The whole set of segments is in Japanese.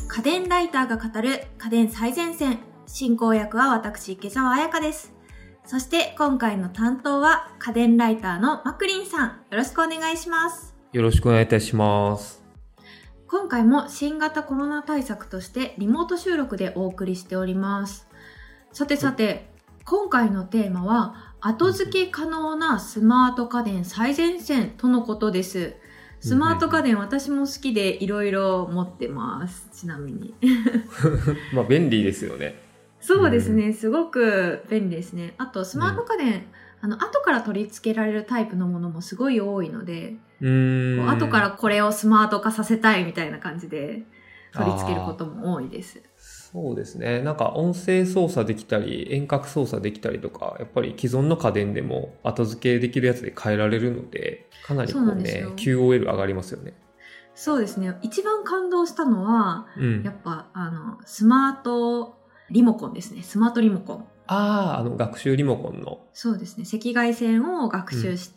家電ライターが語る家電最前線。進行役は私、池澤彩香です。そして今回の担当は家電ライターのマクリンさん。よろしくお願いします。 よろしくお願いいたします。 今回も新型コロナ対策としてリモート収録でお送りしております。さて、今回のテーマは後付け可能なスマート家電最前線とのことです。スマート家電、私も好きでいろいろ持ってます。ちなみにまあ便利ですよね。 そうですね、すごく便利ですね。あとスマート家電、後から取り付けられるタイプのものもすごい多いので、後からこれをスマート化させたいみたいな感じで取り付けることも多いです。 そうですね。なんか音声操作できたり遠隔操作できたりとか、やっぱり既存の家電でも後付けできるやつで変えられるので、かなりこうね QOL 上がりますよね。 そうですね。一番感動したのは、やっぱスマートリモコンですね。スマートリモコン。 学習リモコンの。 そうですね。赤外線を学習して、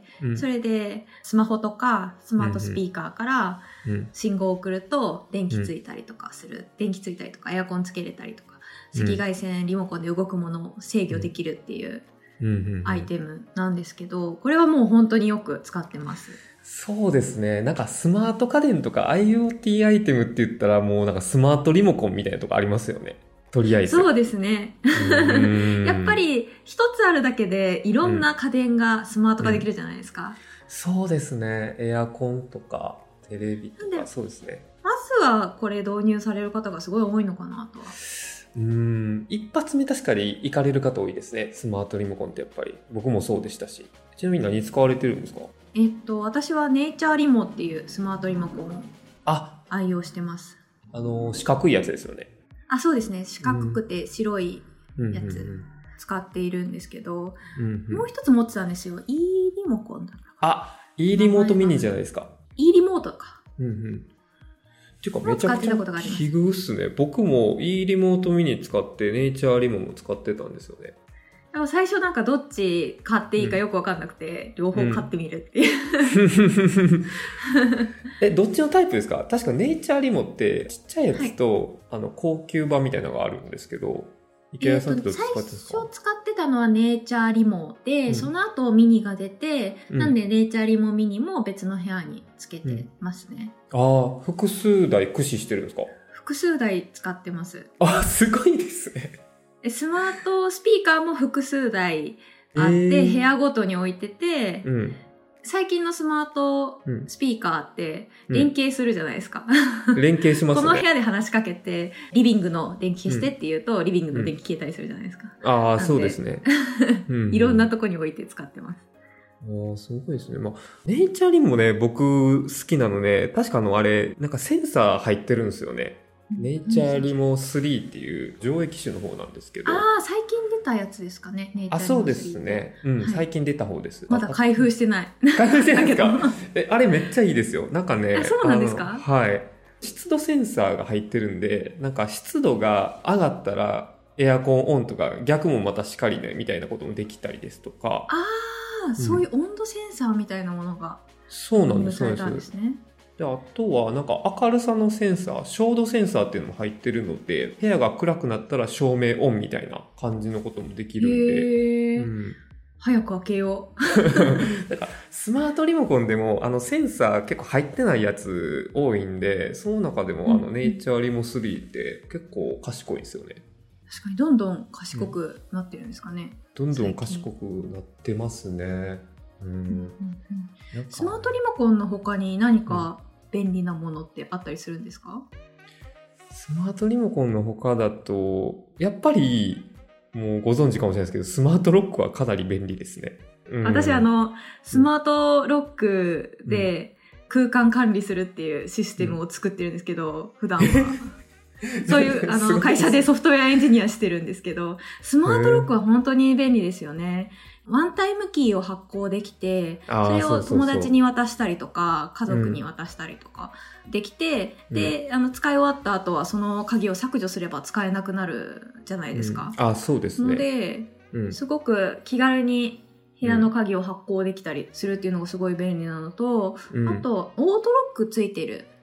それでスマホとかスマートスピーカーから信号を送ると電気ついたりとかする。電気ついたりとかエアコンつけれたりとか、赤外線リモコンで動くものを制御できるっていうアイテムなんですけど、これはもう本当によく使ってます。 そうですね。なんかスマート家電とか IoT アイテムって言ったらもうなんかスマートリモコンみたいなとこありますよね。とりあえず。 そうですね。やっぱり一つあるだけでいろんな家電がスマート化できるじゃないですか。 そうですね。エアコンとかテレビとかそうですね。 まずはこれ導入される方がすごい多いのかなとは。 一発目確かに行かれる方多いですね。スマートリモコンってやっぱり僕もそうでしたし。ちなみに何使われてるんですか？ 私はネイチャーリモっていうスマートリモコンを愛用してます。 四角いやつですよね。 そうですね。四角くて白いやつ使っているんですけど、もう一つ持ってたんですよ。E リモコンだったか。 E リモートミニじゃないですか。 E リモートか。 ていうかめちゃくちゃ奇遇っすね。僕も E リモートミニ使ってネイチャーリモも使ってたんですよね。 でも最初なんかどっち買っていいかよくわかんなくて、両方買ってみるっていう。 どっちのタイプですか？確かネイチャーリモってちっちゃいやつと、高級版みたいなのがあるんですけど、池谷さんってどっち使ってますか？ 最初使ってたのはネイチャーリモで、その後ミニが出て、なんでネイチャーリモミニも別の部屋につけてますね。 複数台駆使してるんですか？ 複数台使ってます。 すごいですね。 スマートスピーカーも複数台あって、部屋ごとに置いてて、最近のスマートスピーカーって連携するじゃないですか。 連携しますね。 この部屋で話しかけて、リビングの電気消してって言うと、リビングの電気消えたりするじゃないですか。 そうですね。 いろんなとこに置いて使ってます。 すごいですね。ネイチャーリンもね、僕好きなので、確かあれ、なんかセンサー入ってるんですよね。ネイチャーリモ3っていう上位機種の方なんですけど。 最近出たやつですかね。ネイチャーリモ3。 そうですね。最近出た方です。 まだ開封してない。 開封してないですか？あれめっちゃいいですよ。なんかね。 そうなんですか？ はい。湿度センサーが入ってるんで、なんか湿度が上がったらエアコンオンとか逆もまたしかりねみたいなこともできたりですとか。 そういう温度センサーみたいなものがそうなんです。そうなんですね。で、あとはなんか明るさのセンサー、照度センサーっていうのも入ってるので、部屋が暗くなったら照明オンみたいな感じのこともできるんで。 早く開けよう。だからスマートリモコンでもセンサー結構入ってないやつ多いんで、その中でもネイチャーリモ3って結構賢いですよね。 確かにどんどん賢くなってるんですかね。 どんどん賢くなってますね。 スマートリモコンの他に何か便利なものってあったりするんですか？ スマートリモコンの他だとやっぱりもうご存知かもしれないですけど、スマートロックはかなり便利ですね。 私スマートロックで空間管理するっていうシステムを作ってるんですけど、普段はそういう会社でソフトウェアエンジニアしてるんですけど、スマートロックは本当に便利ですよね。ワンタイムキーを発行できて、それを友達に渡したりとか、家族に渡したりとかできて、で、使い終わった後はその鍵を削除すれば使えなくなるじゃないですか。 そうですね。 ので、すごく気軽に部屋の鍵を発行できたりするっていうのがすごい便利なのと、あと、オートロックついてる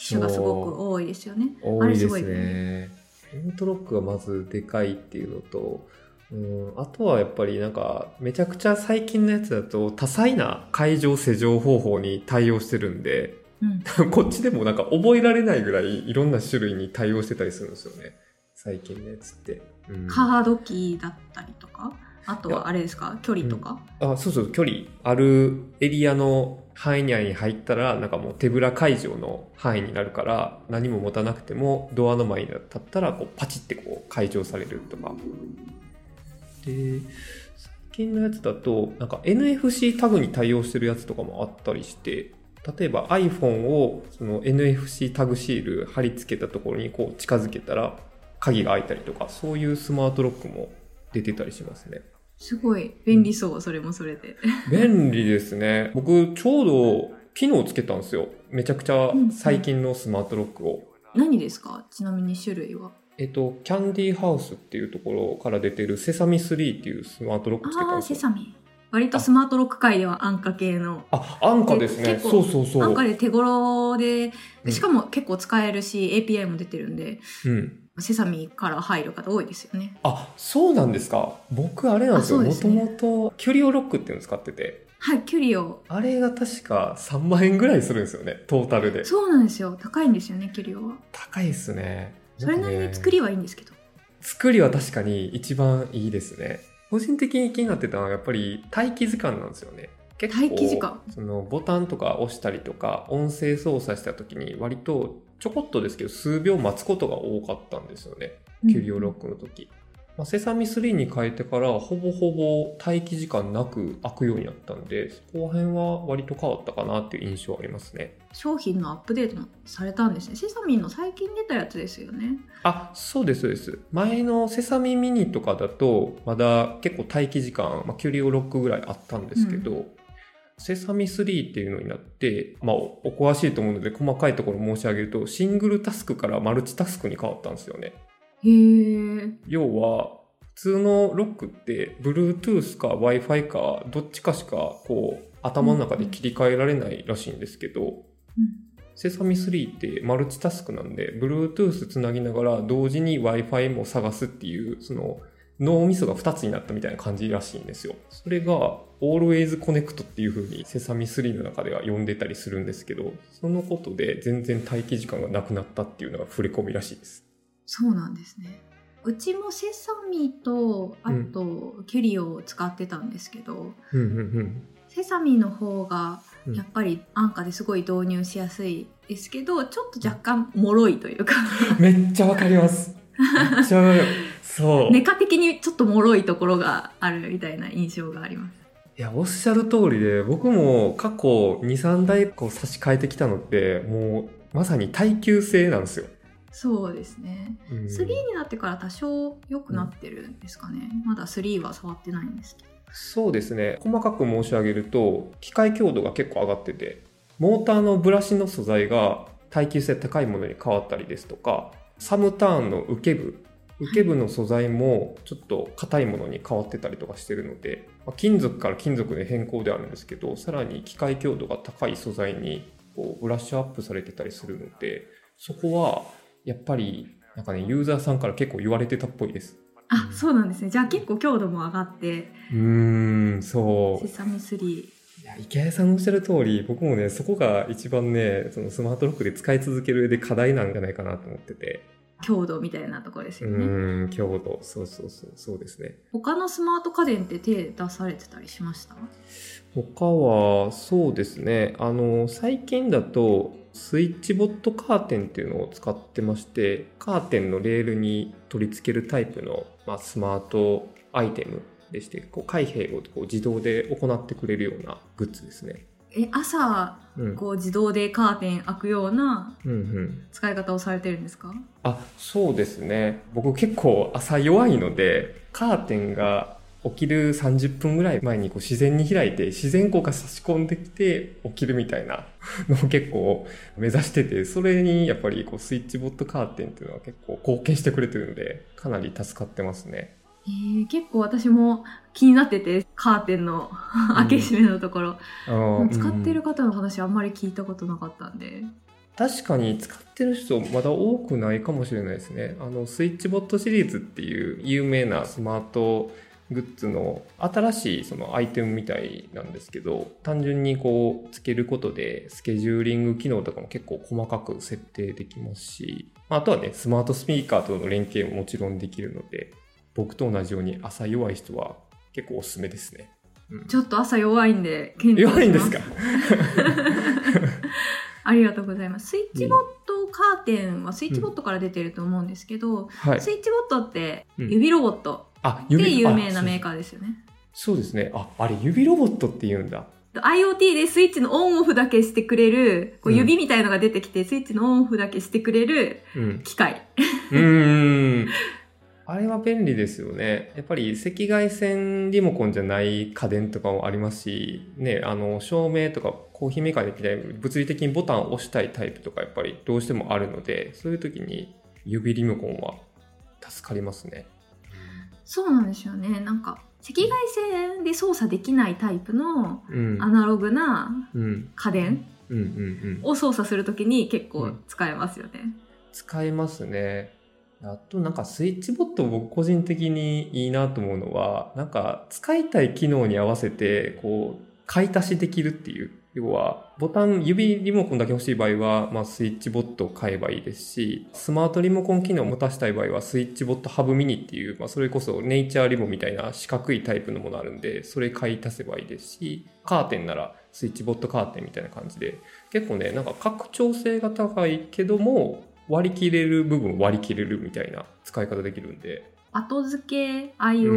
機種がすごく多いですよね。 多いですね。オートロックがまずでかいっていうのと、あとはやっぱりなんかめちゃくちゃ最近のやつだと多彩な解錠施錠方法に対応してるんで、こっちでもなんか覚えられないぐらいいろんな種類に対応してたりするんですよね、最近のやつって。 カードキーだったりとか、あとはあれですか、距離とか、 そうそう、距離あるエリアの範囲内に入ったらなんかもう手ぶら解錠の範囲になるから、何も持たなくてもドアの前に立ったらこうパチってこう解錠されるとかで、最近のやつだとなんか NFC タグに対応してるやつとかもあったりして、例えば iPhone をその NFC タグシール貼り付けたところにこう近づけたら鍵が開いたりとか、そういうスマートロックも出てたりしますね。 すごい便利そう、それもそれで。 便利ですね。僕ちょうど昨日つけたんですよ。めちゃくちゃ最近のスマートロックを。 何ですか、ちなみに種類は。 キャンディーハウスっていうところから出てるセサミ3っていうスマートロックつけたんですよ。 セサミ。割とスマートロック界では安価系の。 安価ですね。そうそうそう。 安価で手頃で、しかも結構使えるし、API も出てるんで、セサミから入る方多いですよね。 そうなんですか。僕あれなんですよ。もともとキュリオロックっていうのを使ってて。 はい、キュリオ。 あれが確か3万円ぐらいするんですよね、トータルで。 そうなんですよ。高いんですよね、キュリオは。 高いですね。 それなりに作りはいいんですけど。 作りは確かに一番いいですね。個人的に気になってたのはやっぱり待機時間なんですよね。結構待機時間、 そのボタンとか押したりとか音声操作した時に割とちょこっとですけど数秒待つことが多かったんですよね、キュリオロックの時。セサミ3に変えてからほぼほぼ待機時間なく開くようになったんで、そこら辺は割と変わったかなっていう印象ありますね。 商品のアップデートもされたんですね。セサミの最近出たやつですよね。 そうですそうです。前のセサミミニとかだとまだ結構待機時間、キュリオロックぐらいあったんですけど、セサミ3っていうのになって、お詳しいと思うので細かいところ申し上げると、シングルタスクからマルチタスクに変わったんですよね。要は普通のロックって Bluetooth か Wi-Fi かどっちかしかこう頭の中で切り替えられないらしいんですけど、セサミ3ってマルチタスクなんで Bluetooth つなぎながら同時に Wi-Fi も探すっていう、その脳みそが2つになったみたいな感じらしいんですよ。それが Always Connect っていう風にセサミ3の中では呼んでたりするんですけど、そのことで全然待機時間がなくなったっていうのが触れ込みらしいです。 そうなんですね。うちもセサミとあとキュリオを使ってたんですけど、セサミの方がやっぱり安価ですごい導入しやすいですけど、ちょっと若干脆いというかめっちゃわかります。めっちゃわかる。そう。 メカ的にちょっと脆いところがあるみたいな印象があります。 いや、おっしゃる通りで、僕も過去 2,3 台こう差し替えてきたのって、もうまさに耐久性なんですよ。 そうですね。3になってから多少良くなってるんですかね。まだ3は触ってないんですけど。 そうですね。細かく申し上げると、機械強度が結構上がってて、モーターのブラシの素材が耐久性高いものに変わったりですとか、サムターンの受け部の素材もちょっと硬いものに変わってたりとかしてるので、金属から金属で変更であるんですけど、さらに機械強度が高い素材にこうブラッシュアップされてたりするので、そこはやっぱりなんかね、ユーザーさんから結構言われてたっぽいです。 そうなんですね。じゃあ結構強度も上がって。 そう。 セサミ3。 いや、池谷さんのおっしゃる通り、僕もね、そこが一番ね、そのスマートロックで使い続ける上で課題なんじゃないかなと思ってて。 強度みたいなところですよね。 強度。そうですね。 他のスマート家電って手出されてたりしました？ 他は、そうですね。最近だと、スイッチボットカーテンっていうのを使ってまして、カーテンのレールに取り付けるタイプの、スマートアイテムでして、こう開閉をこう自動で行ってくれるようなグッズですね。 朝、こう自動でカーテン開くような使い方をされてるんですか？ そうですね。僕結構朝弱いので、カーテンが起きる30分ぐらい前にこう自然に開いて、自然光が差し込んできて起きるみたいなのを結構目指してて、それにやっぱりこうスイッチボットカーテンっていうのは結構貢献してくれてるので、かなり助かってますね。 結構私も気になってて、カーテンの開け閉めのところ、使ってる方の話あんまり聞いたことなかったんで。 確かに使ってる人まだ多くないかもしれないですね。スイッチボットシリーズっていう有名なスマートグッズの新しいそのアイテムみたいなんですけど、単純にこうつけることでスケジューリング機能とかも結構細かく設定できますし、あとはね、スマートスピーカーとの連携ももちろんできるので、僕と同じように朝弱い人は結構おすすめですね。 ちょっと朝弱いんで検討します。 弱いんですか？ ありがとうございます。スイッチボットカーテンはスイッチボットから出てると思うんですけど、スイッチボットって指ロボットで有名なメーカーですよね。 そうですね。あれ指ロボットって言うんだ。 IoT でスイッチのオンオフだけしてくれる、こう指みたいのが出てきて、スイッチのオンオフだけしてくれる機械。 あれは便利ですよね。やっぱり赤外線リモコンじゃない家電とかもありますし、ね、照明とかコーヒーメーカーでみたいに物理的にボタンを押したいタイプとかやっぱりどうしてもあるので、そういう時に指リモコンは助かりますね。 そうなんですよね。なんか赤外線で操作できないタイプのアナログな家電を操作するときに結構使えますよね。 使えますね。あとなんかスイッチボット僕個人的にいいなと思うのは、なんか使いたい機能に合わせてこう買い足しできるっていう。要はボタン、指リモコンだけ欲しい場合は、スイッチボットを買えばいいですし、スマートリモコン機能を持たせたい場合はスイッチボットハブミニっていう、それこそネイチャーリモみたいな四角いタイプのものあるんで、それ買い足せばいいですし、カーテンならスイッチボットカーテンみたいな感じで、結構ね、なんか拡張性が高いけども、割り切れる部分割り切れるみたいな使い方できるんで。 後付け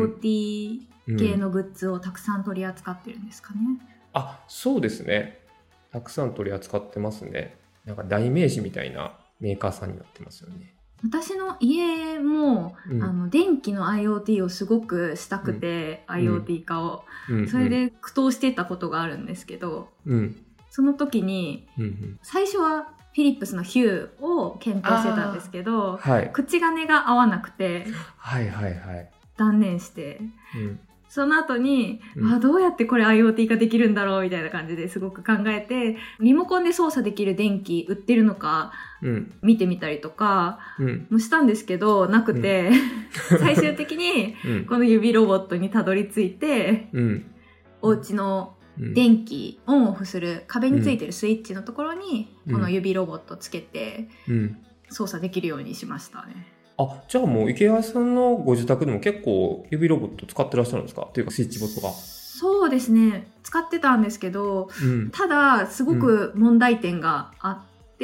IoT 系のグッズをたくさん取り扱ってるんですかね。 そうですね。たくさん取り扱ってますね。なんか代名詞みたいなメーカーさんになってますよね。 私の家も、電気の IoT をすごくしたくて、IoT 化を、それで苦闘してたことがあるんですけど、その時に、最初はフィリップスのヒューを検討してたんですけど、口金が合わなくて、断念して、その後に、どうやってこれ IoT 化できるんだろうみたいな感じですごく考えて、リモコンで操作できる電気売ってるのか見てみたりとかもしたんですけど、なくて、最終的にこの指ロボットにたどり着いて、お家の電気オンオフする壁についてるスイッチのところにこの指ロボットつけて操作できるようにしましたね。 じゃあもう池谷さんのご自宅でも結構指ロボット使ってらっしゃるんですか？というかスイッチボットが。 そうですね。使ってたんですけど、ただすごく問題点があって、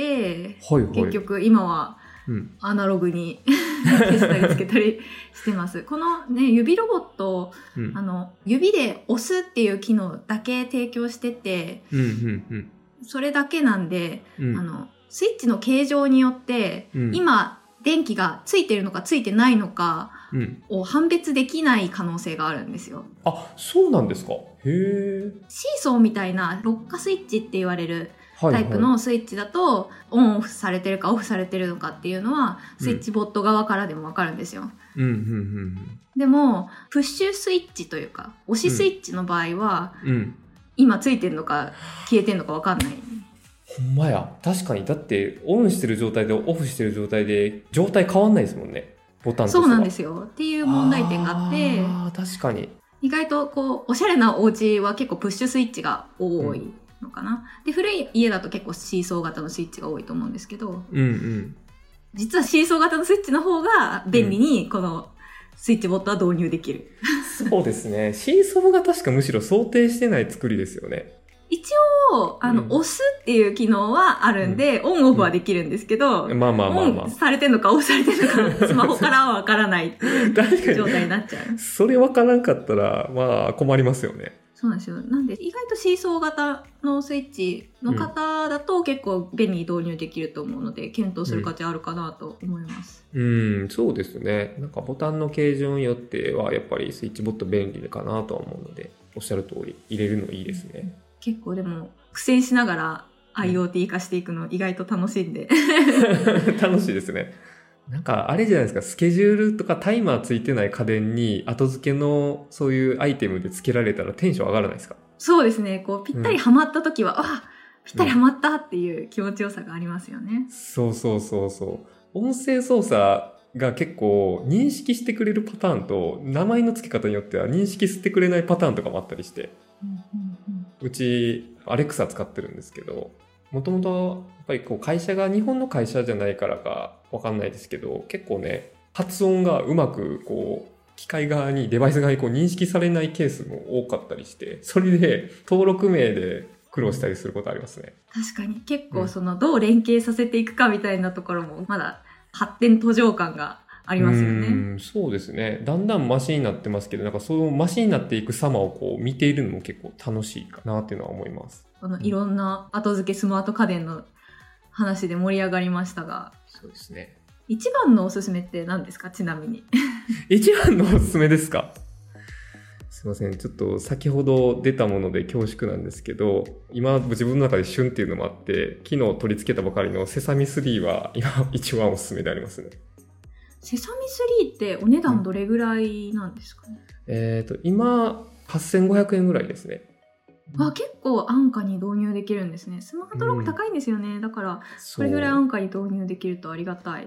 結局今はアナログに消したりつけたりしてます。このね、指ロボット、指で押すっていう機能だけ提供してて、それだけなんで、スイッチの形状によって、今、電気がついてるのかついてないのかを判別できない可能性があるんですよ。 そうなんですか。へー。 シーソーみたいな六下スイッチって言われるタイプのスイッチだと、オンオフされてるかオフされてるのかっていうのは、スイッチボット側からでもわかるんですよ。でも、プッシュスイッチというか、押しスイッチの場合は、今ついてるのか消えてるのかわかんない。 ほんまや。確かに。だって、オンしてる状態でオフしてる状態で、状態変わんないですもんね。ボタンとしては。 そうなんですよ。っていう問題点があって、 確かに。 意外とこう、おしゃれなお家は結構プッシュスイッチが多いのかな。で、古い家だと結構シーソー型のスイッチが多いと思うんですけど、実はシーソー型のスイッチの方が便利にこのスイッチボットは導入できる。 そうですね。シーソーが確かむしろ想定してない作りですよね。 一応、押すっていう機能はあるんで、オンオフはできるんですけど、オンされてんのかオフされてんのか、スマホからはわからないっていう状態になっちゃう。 それわからんかったら、困りますよね。 そうなんですよ。なんで、意外とシーソー型のスイッチの方だと結構便利に導入できると思うので、検討する価値あるかなと思います。 そうですね。なんかボタンの形状によっては、やっぱりスイッチボット便利かなとは思うので、おっしゃる通り、入れるのいいですね。 結構でも苦戦しながら IoT 化していくの意外と楽しいんで楽しいですね。なんかあれじゃないですか、スケジュールとかタイマーついてない家電に後付けのそういうアイテムで付けられたらテンション上がらないですか？ そうですね。こうぴったりハマった時は、ぴっぴったりハマったっていう気持ちよさがありますよね。 そうそうそうそう。音声操作が結構認識してくれるパターンと、名前の付け方によっては認識してくれないパターンとかもあったりして、うちアレクサ使ってるんですけど、もともとやっぱりこう会社が日本の会社じゃないからかわかんないですけど、結構ね、発音がうまくこう機械側にデバイス側にこう認識されないケースも多かったりして、それで登録名で苦労したりすることありますね。 確かに結構どう連携させていくかみたいなところもまだ発展途上感がありますよね。 そうですね。だんだんマシになってますけど、なんかそのマシになっていく様をこう見ているのも結構楽しいかなっていうのは思います。 いろんな後付けスマート家電の話で盛り上がりましたが。 そうですね。 一番のおすすめって何ですか、ちなみに。 一番のおすすめですか？すいません。ちょっと先ほど出たもので恐縮なんですけど、今自分の中で旬っていうのもあって、昨日取り付けたばかりのセサミ3は今一番おすすめでありますね。 セサミ3ってお値段どれぐらいなんですかね？ 今8500円ぐらいですね。 結構安価に導入できるんですね。スマートロック高いんですよね。だからこれぐらい安価に導入できるとありがたい。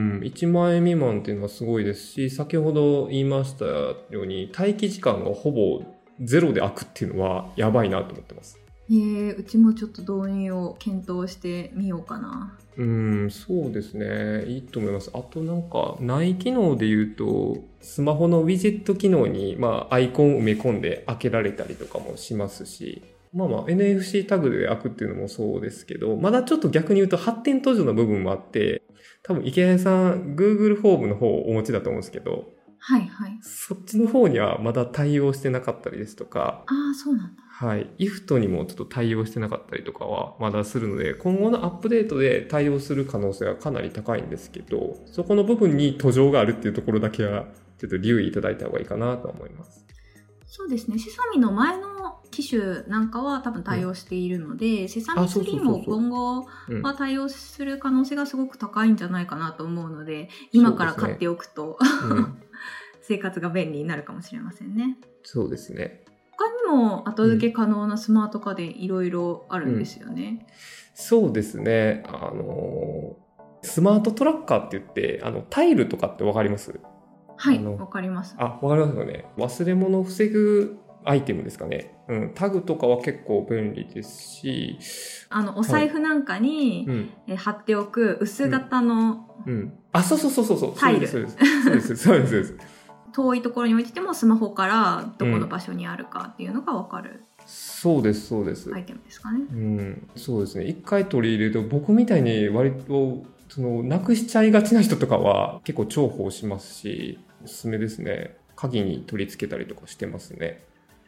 1万円未満っていうのはすごいですし、先ほど言いましたように待機時間がほぼゼロで開くっていうのはやばいなと思ってます。 うちもちょっと導入を検討してみようかな。 そうですね。いいと思います。あとなんか内機能で言うと、スマホのウィジェット機能にアイコンを埋め込んで開けられたりとかもしますし、NFC タグで開くっていうのもそうですけど、まだちょっと逆に言うと発展途上の部分もあって、多分池谷さん Google フォームの方をお持ちだと思うんですけど、 はいはい。 そっちの方にはまだ対応してなかったりですとか、 そうなんだ。 はい。IFT にもちょっと対応してなかったりとかはまだするので、今後のアップデートで対応する可能性はかなり高いんですけど、そこの部分に途上があるっていうところだけはちょっと留意いただいた方がいいかなと思います。 そうですね。セサミの前の機種なんかは多分対応しているので、セサミ3も今後は対応する可能性がすごく高いんじゃないかなと思うので、今から買っておくと、生活が便利になるかもしれませんね。 そうですね。 他にも後付け可能なスマート家電いろいろあるんですよね。 そうですね。スマートトラッカーって言って、タイルとかってわかります？ はい、わかります。 わかりますよね。忘れ物を防ぐアイテムですかね。タグとかは結構便利ですし、 お財布なんかに、貼っておく薄型のそうタイル。 そうです。 遠いところに置いててもスマホからどこの場所にあるかっていうのが分かる、 そうですアイテムですかね。 そうですね。一回取り入れると、僕みたいに割となくしちゃいがちな人とかは結構重宝しますし、おすすめですね。鍵に取り付けたりとかしてますね。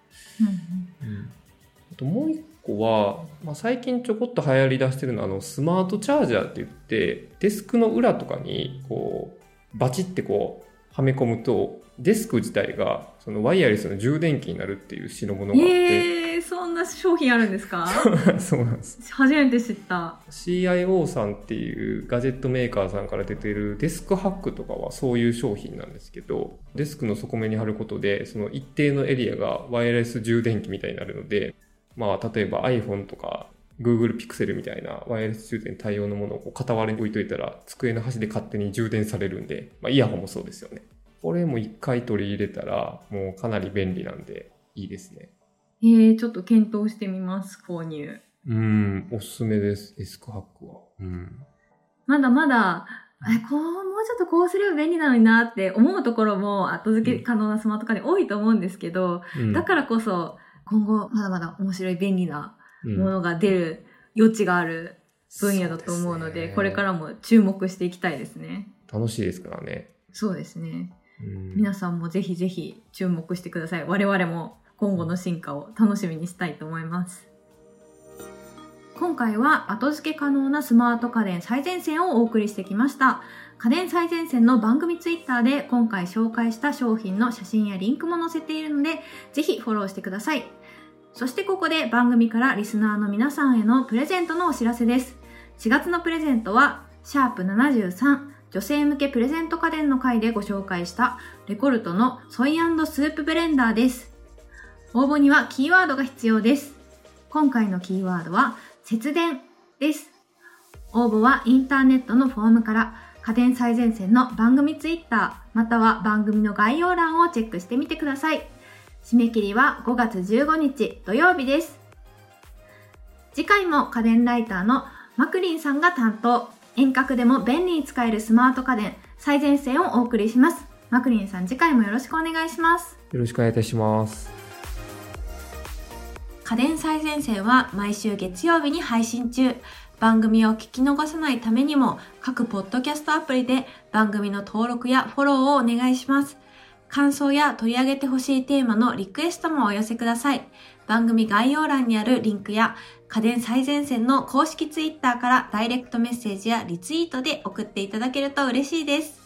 あともう一個は、最近ちょこっと流行り出してるのはスマートチャージャーって言って、デスクの裏とかにこうバチってこうはめ込むと、デスク自体がそのワイヤレスの充電器になるっていう代物があって、 そんな商品あるんですか？ そうなんです。 初めて知った。 CIO さんっていうガジェットメーカーさんから出ているデスクハックとかはそういう商品なんですけど、デスクの底面に貼ることでその一定のエリアがワイヤレス充電器みたいになるので、例えば iPhone とか Google Pixel みたいなワイヤレス充電対応のものをこう傍らに置いといたら机の端で勝手に充電されるんで、イヤホンもそうですよね。これも一回取り入れたらもうかなり便利なんでいいですね。 ちょっと検討してみます、購入。 おすすめです、デスクハックは。 まだまだ、もうちょっとこうすれば便利なのになって思うところも後付け可能なスマート家電多いと思うんですけど、だからこそ今後まだまだ面白い便利なものが出る余地がある分野だと思うので、これからも注目していきたいですね。 楽しいですからね。 そうですね。皆さんもぜひぜひ注目してください。我々も今後の進化を楽しみにしたいと思います。今回は後付け可能なスマート家電最前線をお送りしてきました。家電最前線の番組ツイッターで今回紹介した商品の写真やリンクも載せているので、ぜひフォローしてください。そしてここで番組からリスナーの皆さんへのプレゼントのお知らせです。4月のプレゼントは#73女性向けプレゼント家電の回でご紹介したレコルトのソイ&スープブレンダーです。応募にはキーワードが必要です。今回のキーワードは節電です。応募はインターネットのフォームから、家電最前線の番組ツイッターまたは番組の概要欄をチェックしてみてください。締め切りは5月15日土曜日です。次回も家電ライターのマクリンさんが担当、遠隔でも便利に使えるスマート家電最前線をお送りします。マクリンさん、次回もよろしくお願いします。 よろしくお願いいたします。 家電最前線は毎週月曜日に配信中。番組を聞き逃さないためにも各ポッドキャストアプリで番組の登録やフォローをお願いします。感想や取り上げてほしいテーマのリクエストもお寄せください。番組概要欄にあるリンクや家電最前線の公式ツイッターからダイレクトメッセージやリツイートで送っていただけると嬉しいです。